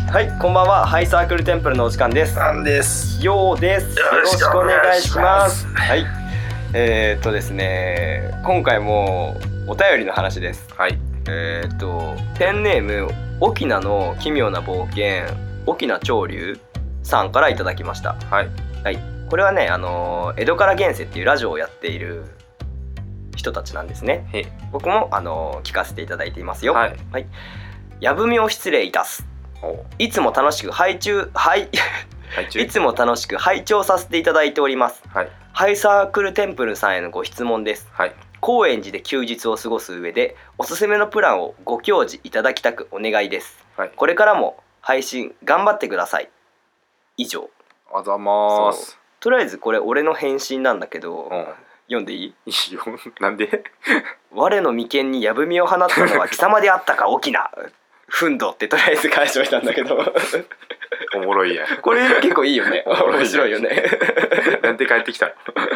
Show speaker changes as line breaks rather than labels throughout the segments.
はい、こんばんは。ハイサークルテンプルのお時間です。
なんです。
ようです。よろしくお願いします。はい。ですね、今回もお便りの話です。
はい。
ペンネーム沖縄の奇妙な冒険沖縄潮流さんからいただきました。
はい。
はい。これはね、江戸から現世っていうラジオをやっている人たちなんですね。僕も聞かせていただいていますよ。
はい。
はい。やぶみを失礼いたす。いつも楽しくいつも楽しく拝聴させていただいております。
はい。
ハイサークルテンプルさんへのご質問です。
はい。
高円寺で休日を過ごす上でおすすめのプランをご教示いただきたくお願いです。
はい。
これからも配信頑張ってください。以上。
あざまーす。
とりあえずこれ俺の返信なんだけど、
うん、
読んでいい？
いいよ。なんで？
我の眉間にやぶみを放ったのは貴様であったか沖縄。ふんどってとりあえず返しておいたんだけど
おもろいやん。
これ結構いいよね。面白いよね。
なんで帰ってきたの？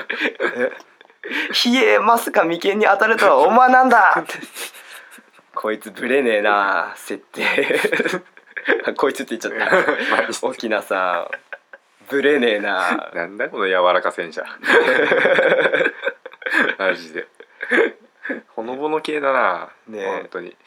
冷えますか眉間に当たるとはお前なんだこいつブレねえな設定こいつって言っちゃった沖縄さんブレねえな。
なんだこの柔らか戦車マジでほのぼの系だな、ね、本当に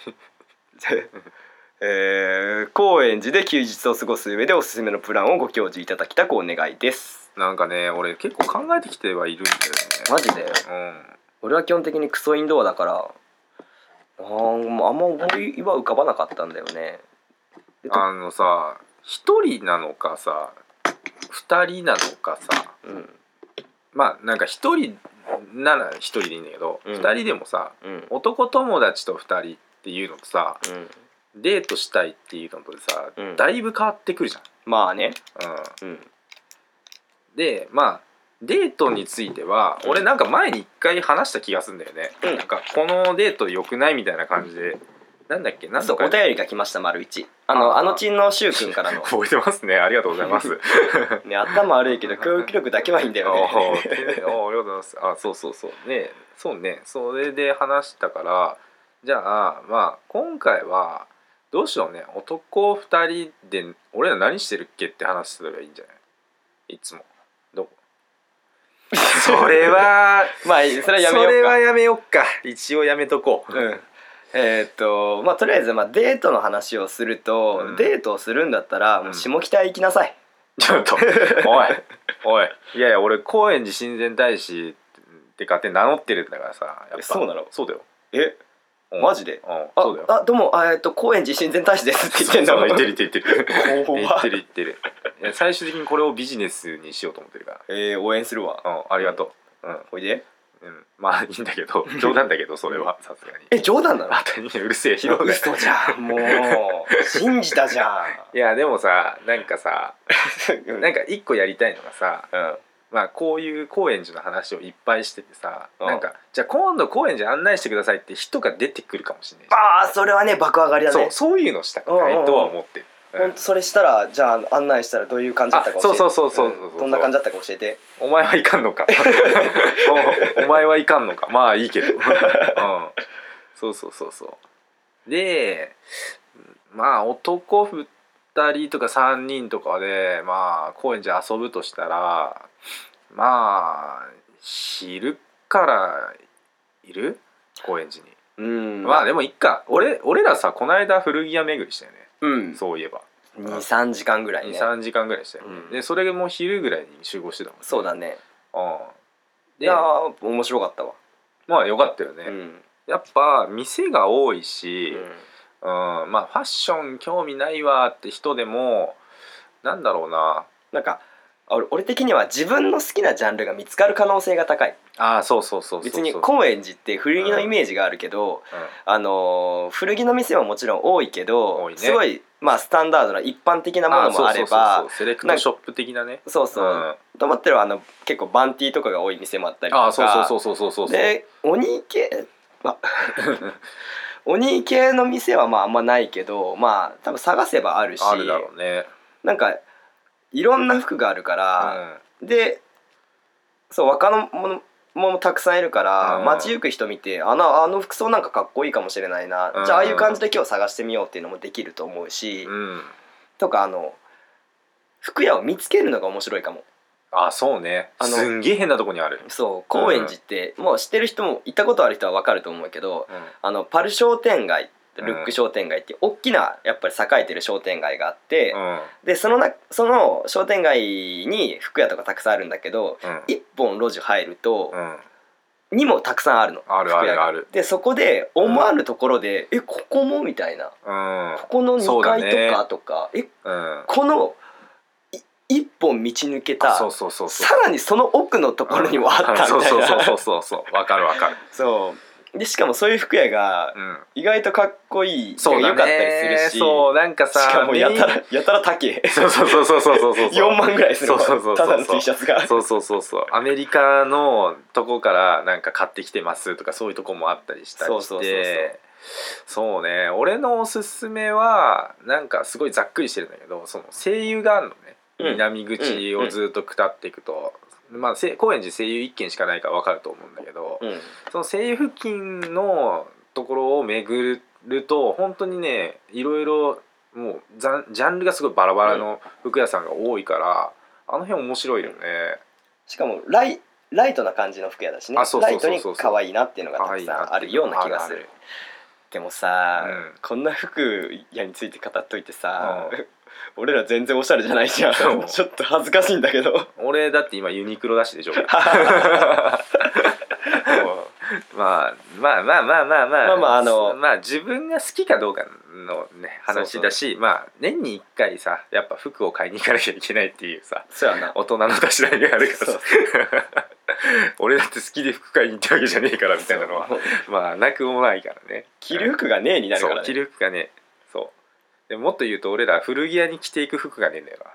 高円寺で休日を過ごす上でおすすめのプランをご教示いただきたくお願いです。
なんかね、俺結構考えてきてはいるんだよね。
マジで、うん、俺は基本的にクソインドアだからあんま思いは浮かばなかったんだよね。
さ、一人なのかさ二人なのかさ、うん、まあなんか一人なら一人でいいんだけど、うん、二人でもさ、うん、男友達と二人っていうのとさ、うん、デートしたいっていうのとでさ、うん、だいぶ変わってくるじゃん。
まあね、
うんうん、でまあデートについては、俺なんか前に一回話した気がするんだよね、うん、なんかこのデート良くないみたいな感じで、なんだっけ、なんとか
お便りが来ました。丸一あのちんのしゅうくんからの
覚えてますね、ありがとうございます
ね、頭悪いけど教育力だけはいいんだよね
ありがとうございます。あ、そうね、そうね、それで話したから、じゃあまあ今回はどうしようね、男2人で俺ら何してるっけって話すればいいんじゃない？いつもどこそれは
まあそれはやめようか。
それはやめよっか、一応やめとこう。
うんまあとりあえずデートの話をすると、うん、デートをするんだったらもう下北行きなさい、
うん、ちょっとおいいや俺高円寺親善大使って勝手に名乗ってるんだからさ、やっぱ
そうなの？
そうだよ。
マジで？
そうだよ。
どうも高円寺親善大使ですって言ってんの？
言ってる言ってる最終的にこれをビジネスにしようと思ってるから。
応援するわ。
ありがとう。
ほいで？
まあいいんだけど、冗談だけどそれはさすがに。
冗談なの？
うるせえ、広が
嘘じゃん、もう信じたじゃん。
いやでもさ、なんかさなんか一個やりたいのがさ、まあこういう高円寺の話をいっぱいしててさ、なんかじゃあ今度高円寺案内してくださいって人が出てくるかもしれない。
ああ、それはね爆上がりだね。
そういうのしたくないとは思ってる。
ほんとそれしたら、じゃあ案内したらどういう感じだったか教えて。
そう
どんな感じだったか教えて。
お前はいかんのかお前はいかんのか、まあいいけどそうで、まあ男2人とか3人とかでまあ高円寺遊ぶとしたら、まあ昼からいる高円寺に。まあでもいっか、俺らさこの間古着屋巡りしたよね。そういえば
2,3 時間ぐらいね。
2,3 時間ぐらいしたよね。でそれも昼ぐらいに集合してたもんね。
そうだね。
い
や面白かったわ。
まあよかったよね。やっぱ店が多いし、まあファッション興味ないわって人でもなんだろうな、
なんか俺的には自分の好きなジャンルが見つかる可能性が高い。
そう
別に高円寺って古着のイメージがあるけど、古着の店ももちろん多いけど、すごいまあスタンダードな一般的なものもあれば、
セレクトショップ的なね。
そうと思ってる結構バンティーとかが多い店もあったりとか。
そう
で鬼系の店はまああんまないけど、まあ多分探せばあるし、
あるだろうね。
なんかいろんな服があるから、でそう若者もたくさんいるから、街行く人見てあの服装なんかかっこいいかもしれないな、じゃあああいう感じで今日探してみようっていうのもできると思うし、 とか服屋を見つけるのが面白いかも。
あ、そうね。すんげえ変なとこにある。
そう高円寺って、もう知ってる人も行ったことある人は分かると思うけど、パル商店街、ルック商店街っていう大きなやっぱり栄えてる商店街があって、でその商店街に服屋とかたくさんあるんだけど、一本路地入ると、にもたくさんあるの。
あるあるある。
でそこで思わぬところで「えここも?」みたいな、ここの2階とかとか、この一本道抜けたさらにその奥のところにもあったみたいな、
そうわかるわかる。
そうでしかもそういう服屋が意外とかっこいい、良かったりするし、
そうなんかさ、
しかもやたら高え、
そう
4万ぐらいするの、ただの T シャツが。
そうアメリカのとこからなんか買ってきてますとか、そういうとこもあったりしたりして、そうね、俺のおすすめはなんかすごいざっくりしてるんだけど、その声優があるのね、南口をずっと下っていくと、まあ、高円寺声優1軒しかないから分かると思うんだけど、その声優付近のところを巡ると本当にね、いろいろもうジャンルがすごいバラバラの服屋さんが多いから、あの辺面白いよね。
しかもライトな感じの服屋だしね、ライトに可愛いなっていうのがたくさんあるような気がする。でもさ、こんな服屋について語っといてさ、俺ら全然おしゃれじゃないじゃん。ちょっと恥ずかしいんだけど。
俺だって今ユニクロだしでしょ。まあ自分が好きかどうかのね話だし、まあ年に1回さやっぱ服を買いに行かなきゃいけないっていうさ、大人のたしなみがあるからさ、俺だって好きで服買いに行ったわけじゃねえからみたいなのはまあなくもないからね。
着る服がねえになるからね。
着る服がねえ。でもっと言うと俺ら古着屋に着ていく服がねえんだよな。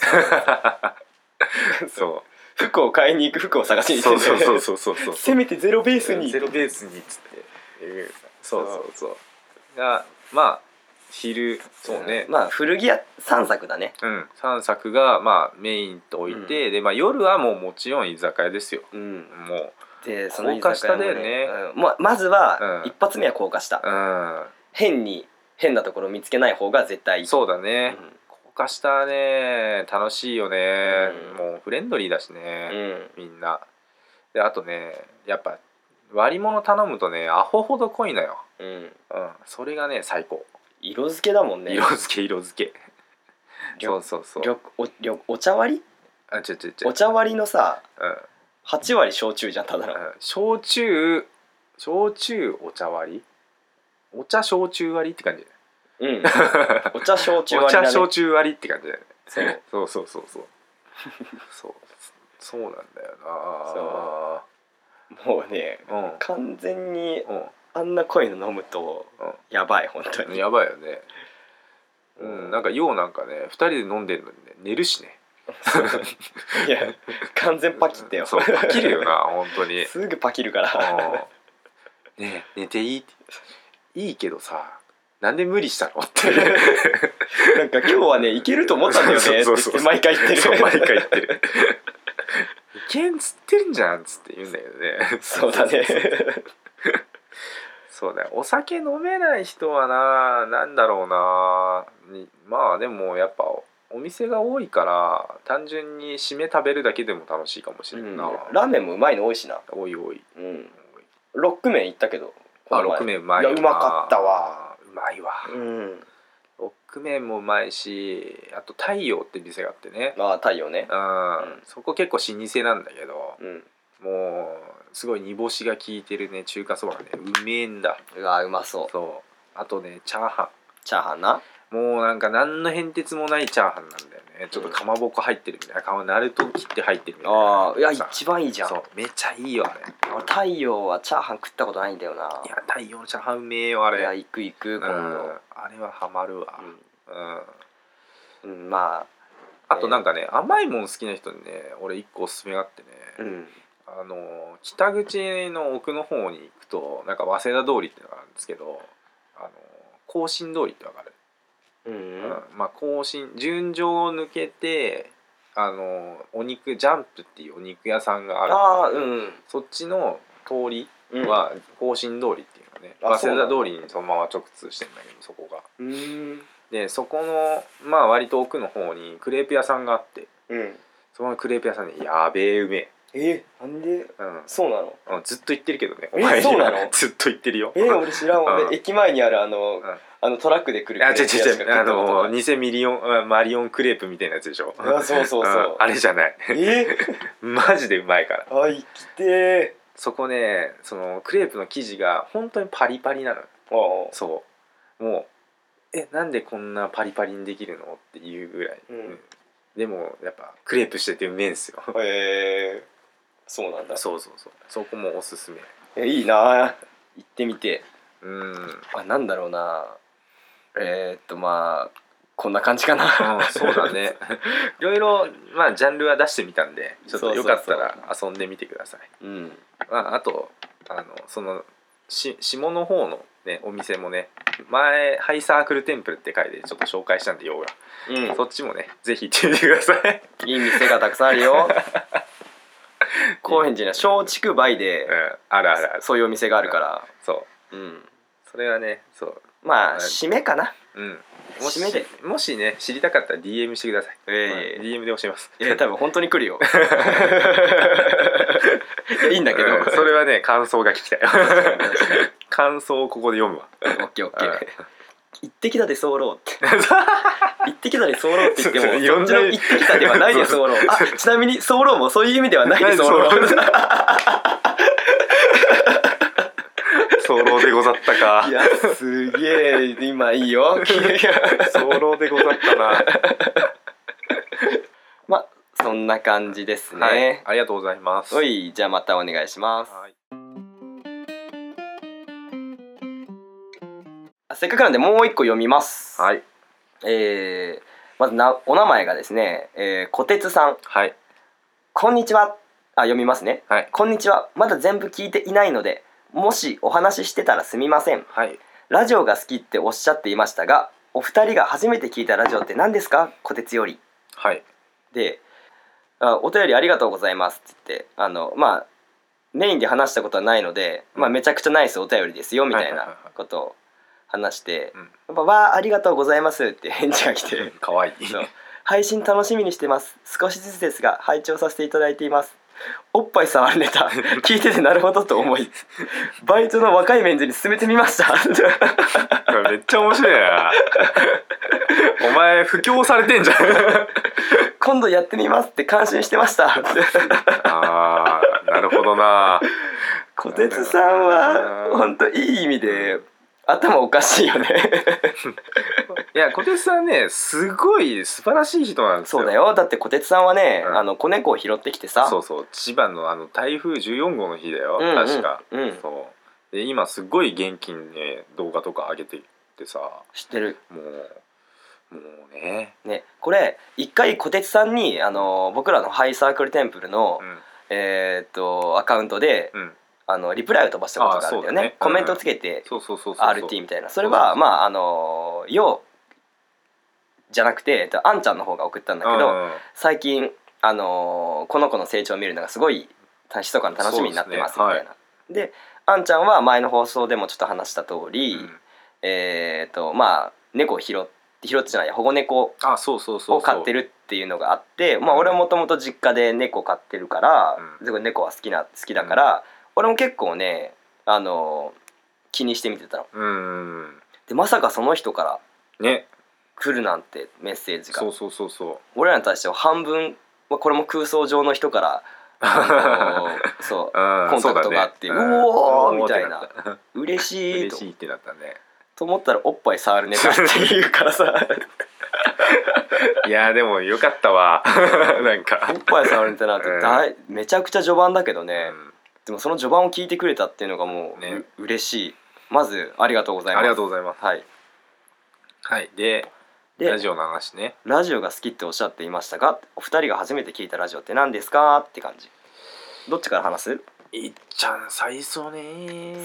そう
服を買いに行く服を探しに行ってんだよね。せめてゼロベースに
っつってがまあ昼そうね、
まあ古着屋3作だね。
3作がまあメインと置いて、でまあ夜はもちろん居酒屋ですよ。も
うでその
高架下だよね。
まずは一発目は高架下。変なところ見つけない方が絶対いい。
そうだね。高架下ね楽しいよね。もうフレンドリーだしね、みんな。であとねやっぱ割り物頼むとねアホほど濃いのよ。それがね最高。
色付けだもんね。
色付け。そう
お茶割り？お茶割りのさ、8割焼酎じゃんただの。
焼酎お茶割り？お茶焼酎割りって感じ。
お茶焼酎割りだね。
お茶焼酎割りって感じだよね。そうなんだよ
な。もうね、完全にあんな濃いの飲むとやばい、本当に
やばいよね。なんかようなんかね2人で飲んでるのにね寝るしね。
いや完全パキってよ。
そうパキるよな本当に。
すぐパキるから
ね寝ていいっていいけどさなんで無理したのって
なんか今日はねいけると思ったんだよねって毎回言ってる。
毎回言ってる。いけんっつってんじゃんっつって言うんだけどね。
そうだね。
そうだよ。お酒飲めない人はなんだろうな、まあでもやっぱお店が多いから単純に締め食べるだけでも楽しいかもしれないな。
ラーメンもうまいの多いしな。
多い。
ロック麺行ったけど。
ロック麺うまいな。
うまかったわ。
うまいわ。ロック麺もうまいし、あと太陽って店があってね。
太陽ね。
そこ結構老舗なんだけど、もうすごい煮干しが効いてるね中華そばがねうめえんだ。
うまそう。
あとねチャーハ
ンな。
もうなんか何の変哲もないチャーハンなんだよね。ちょっとかまぼこ入ってるみたいな、ナルト切って入ってるみたいな。
いや一番いいじゃん。
めっちゃいいよあれ。
太陽はチャーハン食ったことないんだよな。
いや太陽のチャーハンうめえよあれ。
いや行く今度。
あれはハマるわ。
ま
ああとなんかね甘いもん好きな人にね俺一個おすすめがあってね、北口の奥の方に行くとなんか早稲田通りっていうのがあるんですけど、庚申通りってわかる？まあ庚申純情を抜けてお肉ジャンプっていうお肉屋さんがあるんで、そっちの通りは庚申通りっていうのね、早稲田通りにそのまま直通してんだけどそこがでそこのまあ割と奥の方にクレープ屋さんがあって、
うん
そのクレープ屋さんにやべえうめえ、
なんで
うん
そうなの？
ずっと言ってるけどね、お前に
そうなの？
ずっと言ってるよ。
俺知らんわ。
うん
駅前にあるトラックで来るクレープ屋しか食ったことない。
偽ミリオンマリオンクレープみたいなやつでしょ。
そうそうそう、
あれじゃないマジでうまいから。
行きて
そこね、そのクレープの生地が本当にパリパリなのよ。そうもうなんでこんなパリパリにできるのっていうぐらい、でもやっぱクレープしててうめえんすよ。
そうなんだ。
そうそこもおすすめ。
いいな、行ってみて。なんだろうな、まあこんな感じかな。
そうだねいろいろまあジャンルは出してみたんで、ちょっとよかったら遊んでみてください。あとその下の方のねお店もね、前ハイサークルテンプルって回でちょっと紹介したんで、ようが、そっちもねぜひ行ってみてください。
いい店がたくさんあるよ高円寺には松竹梅で、
ある
そういうお店があるから、
それはね、
まあ締めかな。
もしね知りたかったら DM してください。DM で教えます。
多分本当に来るよいいんだけど、
それはね感想が聞きたい感想をここで読むわ。
オッケー行ってきたで候って行ってきたで候って言っても、そっちの行ってきたではないで候。ちなみに候もそういう意味ではないで候
早漏でござったか。
いやすげえ今いいよ
早漏でござったな
まあそんな感じですね。
ありがとうございます。
じゃあまたお願いします。せっかくなんでもう一個読みます。まずお名前がですね、こてつさん。こんにちは。読みますね。こんにちは。まだ全部聞いていないので、もしお話ししてたらすみません。ラジオが好きっておっしゃっていましたが、お二人が初めて聞いたラジオって何ですか？こてつより。で、お便りありがとうございますって言って、まあメインで話したことはないので、めちゃくちゃナイスお便りですよみたいなことを話して、やっぱわーありがとうございますって返事が来て、
かわいい。
配信楽しみにしてます。少しずつですが拝聴させていただいています。おっぱい触るネタ聞いててなるほどと思い、バイトの若いメンズに勧めてみました
めっちゃ面白いなお前布教されてんじゃん
今度やってみますって感心してました
なるほどな。
こてつさんは本当いい意味で頭おかしいよね
いや、こてつさんねすごい素晴らしい人なんですよ。
そうだよ。だってこてつさんはね、子猫を拾ってきてさ、
千葉の台風14号の日だよ、確か。で今すごい元気にね動画とか上げてってさ。
知ってる。
もうね
これ一回こてつさんに僕らのハイサークルテンプルの、アカウントで、リプライを飛ばしたことがあるんだよね。コメントつけて RT みたいな。それはまあようじゃなくてあんちゃんの方が送ったんだけど、最近この子の成長を見るのがすごい密かな楽しみになってますみたいな。であんちゃんは前の放送でもちょっと話した通り、まあ猫を拾ってじゃない保護猫を飼ってるっていうのがあって、まあ俺はもともと実家で猫飼ってるから、猫は好きだから、俺も結構ね気にして見てたの。でまさかその人からね来るなんてメッセージが。俺らに対しては半分はこれも空想上の人からコンタクトがあって、うおーみたいな、嬉しい
ってなったね。
と思ったらおっぱい触るネタっていうからさ
いやでもよかったわなんか
おっぱい触るネタなんてめちゃくちゃ序盤だけどね、でもその序盤を聞いてくれたっていうのがもう嬉しい。まずありがとうございます。
ありがとうございます。でラジオの話ね。
ラジオが好きっておっしゃっていましたが、お二人が初めて聞いたラジオって何ですかって感じ。どっちから話す？
いっちゃん最初ね。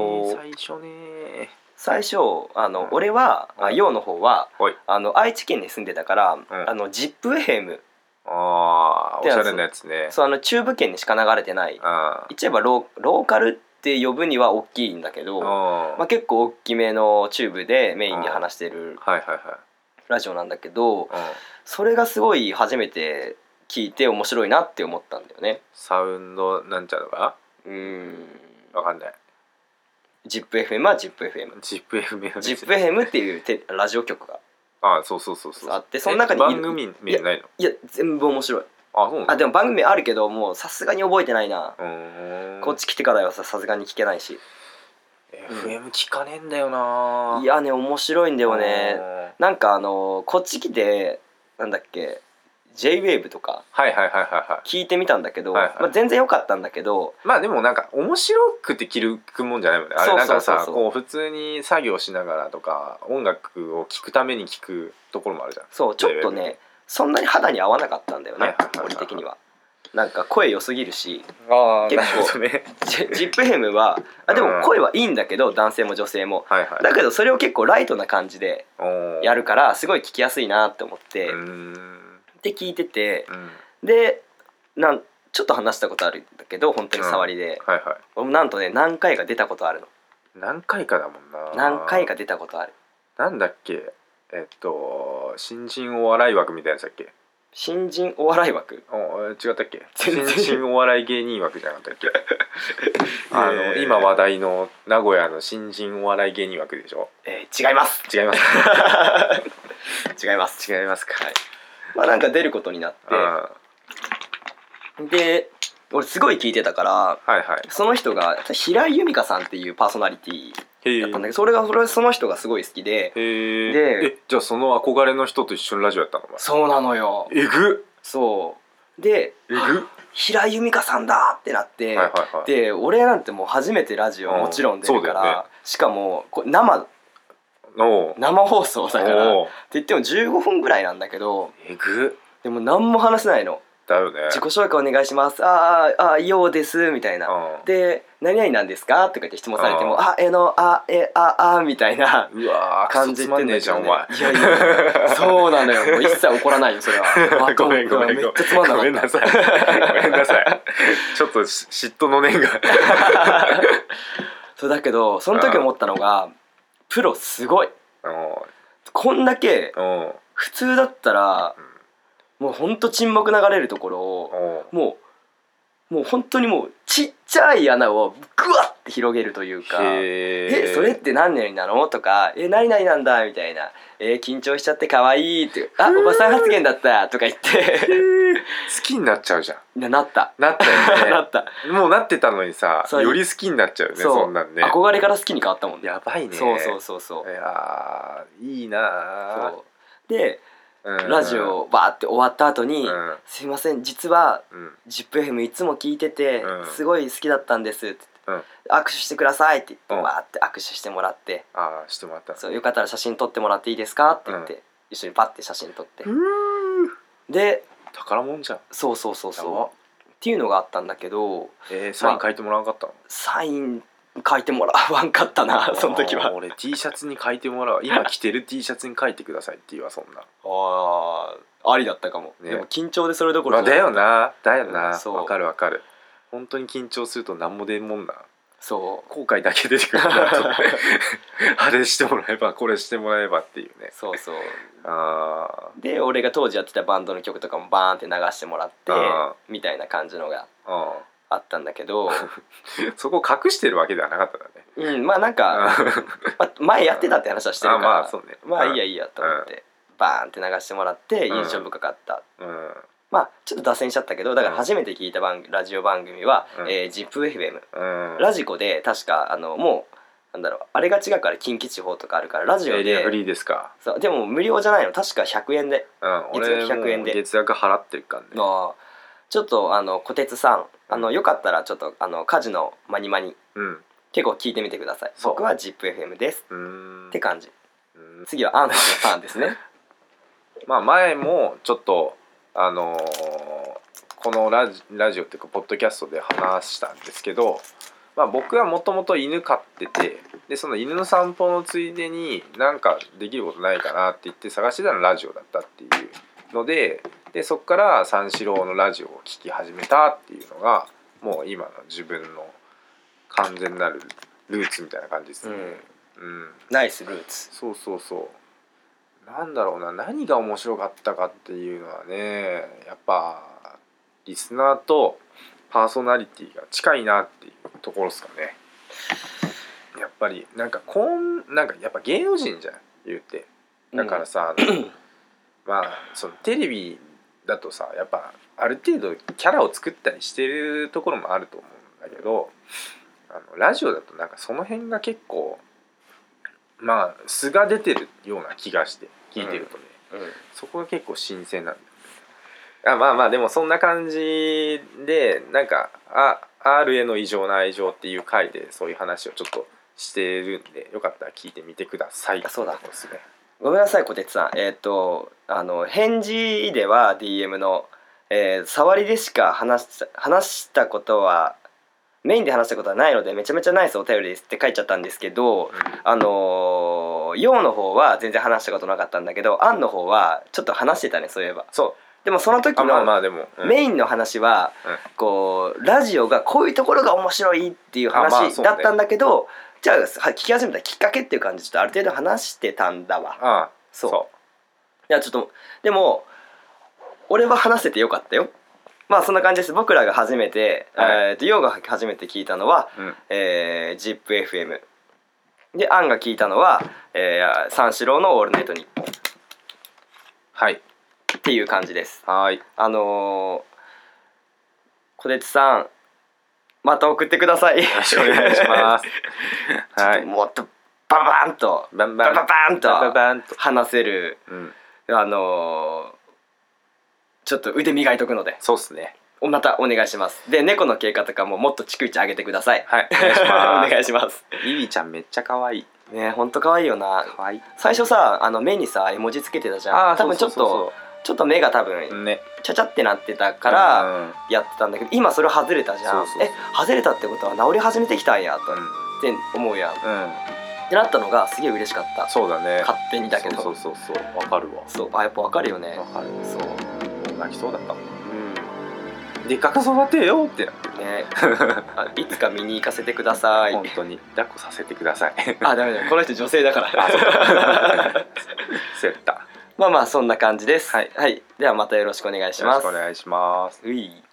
最初俺は陽の方は愛知県に住んでたからZIPFM、
おしゃれなやつね。
そう中部圏にしか流れてない、言っちゃえばローカルって呼ぶには大きいんだけど、結構大きめのチューブでメインに話してるラジオなんだけど、
うん、
それがすごい初めて聞いて面白いなって思ったんだよね。
サウンドなんちゃらかわかんない。
ZIPFM は ZIPFM ZIPFM っていうラジオ局が
そう
あって、その中に
番組名ないの？
いや全部面白い。
そうなの？
でも番組あるけどもうさすがに覚えてないな。こっち来てからはさすがに聞けないし。
FM 聞かねえんだよな。
いやね面白いんだよね。なんかこっち来てなんだっけ J-WAVE とか聞いてみたんだけど、全然良かったんだけど、
まあでもなんか面白くて聞くもんじゃないもんね。あれなんかさ、こう普通に作業しながらとか音楽を聴くために聞くところもあるじゃん。
そうちょっとねそんなに肌に合わなかったんだよね、俺的には。なんか声良すぎるし、結構ねZIPFM はでも声はいいんだけど、男性も女性も、だけどそれを結構ライトな感じでやるからすごい聞きやすいなって思ってで聞いてて、でちょっと話したことあるんだけど本当に触りで、俺もなんとね何回か出たことあるの。
何回かだもんな。
何回か出たことある。
なんだっけ、新人お笑い枠みたいなやつだっけ。
新人お笑い枠？
違ったっけ？新人お笑い芸人枠じゃなかったっけ？今話題の名古屋の新人お笑い芸人枠でしょ。
違います
違います
違います
違いますか。
まあなんか出ることになって、で俺すごい聞いてたから、その人が平井由美香さんっていうパーソナリティだったんだけど、その人がすごい好きで、
じゃあその憧れの人と一緒にラジオやったの？
そうなのよ。
えぐ。
そうで平井由美香さんだってなって、で俺なんてもう初めてラジオもちろん出るから、しかも生放送だからって言っても15分ぐらいなんだけど、
えぐ。
でも何も話せないの。
だよね。
自己紹介お願いします。ようですみたいな。で何々なんですかとか言って質問されてもみたいな感じってんだけどね。いやいやそうなのよ。もう一切怒らないよそれは。
ごめんめっちゃつまんなかった。ごめんなさいちょっと嫉妬の念が
そうだけどその時思ったのがプロすごい。こんだけ普通だったらもうほんと沈黙流れるところをもう本当にもうちっちゃい穴をグワッて広げるというか、それって何々なのとか何々なんだみたいな、緊張しちゃって可愛いっておばさん発言だったとか言って
好きになっちゃうじゃん。
なった
よね
なった。
もうなってたのにさ、より好きになっちゃうよね。そんなんね。
憧れから好きに変わったもんね。
やばいね。
そう
いやいいな。
でラジオバーって終わった後に「すいません実は ZIPFM いつも聞いててすごい好きだったんです」って握手してくださいって言ってバーって握手してもらって、
してもらった。
よかったら写真撮ってもらっていいですかって言って一緒にバッて写真撮って、で
宝物じゃん。
そうっていうのがあったんだけど、
サイン書いてもらわなかったの？サ
イン書いてもらわんかったなその時は。
俺 T シャツに書いてもらう。今着てる T シャツに書いてくださいって言うわ。そんな
ありだったかも、でも緊張でそれどころ
じゃない。だよなわかる。本当に緊張すると何も出んもんな。後悔だけ出てくるなとあれしてもらえばこれしてもらえばっていうね。
で俺が当時やってたバンドの曲とかもバーンって流してもらってみたいな感じのがあったんだけど
そこ隠してるわけではなかったんだね。
まあなんか前やってたって話はしてるからまあいいやと思ってバーンって流してもらって印象深かった。まあちょっと脱線しちゃったけど、だから初めて聞いたラジオ番組は ZIPFM ラジコで、確かもうなんだろう、あれが違うから近畿地方とかあるからラジオで
エリアフリーですか。
でも無料じゃないの、確か100円で、
月額100円で月額払ってるからね。
ちょっと小鉄さんよかったらちょっと家事のマニマニ結構聞いてみてください。僕は ZIPFM ですって感じ。次はアンさんのターンですね。
まあ前もちょっとこのラジオっていうかポッドキャストで話したんですけど、僕はもともと犬飼ってて、でその犬の散歩のついでになんかできることないかなって言って探してたのラジオだったっていうので、そっから三四郎のラジオを聞き始めたっていうのがもう今の自分の完全なるルーツみたいな感じですね。
ナイスルーツ。
なんだろうな、何が面白かったかっていうのはね、やっぱリスナーとパーソナリティが近いなっていうところですかね。やっぱりなんかやっぱ芸能人じゃん言うて、だからさ、まあそのテレビだとさ、やっぱある程度キャラを作ったりしてるところもあると思うんだけど、ラジオだとなんかその辺が結構まあ素が出てるような気がして聞いてるとね、そこが結構新鮮なんだよね。まあまあでもそんな感じで、なんかR への異常な愛情っていう回でそういう話をちょっとしてるんで、よかったら聞いてみてください。
そうだ
ですね。
ごめんなさい小鉄さん、返事では DM の、触りでしか話したことはメインで話したことはないのでめちゃめちゃナイスお便りですって書いちゃったんですけど、陽の方は全然話したことなかったんだけど、アンの方はちょっと話してたね、そういえば。
そう
でもその時のメインの話はこうラジオがこういうところが面白いっていう話だったんだけど、じゃあ聞き始めたきっかけっていう感じでちょっとある程度話してたんだわ。そういやちょっとでも俺は話せてよかったよ。まあそんな感じです。僕らが初めて、ヨウが初めて聞いたのは、ZIPFM で、アンが聞いたのは、三四郎のオールナイトニッポンっていう感じです。小鉄さんまた送ってください。よろしくお願いします。もっとババンと話せる、ちょっちょっと腕磨いとくので、
そうっすね、
またお願いします。で猫の経過とかももっと逐一上げてください。
はいお願いします。
お願いします。
リリちゃんめっちゃ可愛い
ね、ほんと可愛いよな。
可愛い。
最初さ目にさ絵文字つけてたじゃん。多分ちょっと目が多分ねちゃちゃってなってたからやってたんだけど、今それ外れたじゃん。外れたってことは治り始めてきたんやとって思うやん。ってなったのがすげえ嬉しかった。
そうだね、
勝手にだけど。
そうわかるわ。
そうやっぱわかるよね。
わかる。そう泣きそうだったもん。でかく育てよってなって
ね。いつか見に行かせてください。
本当に抱っこさせてください。
ダメだよ、この人女性だから。
そうやった。
まあそんな感じです。はい、ではまたよろしくお願いします。
よろしくお願いします。
うい。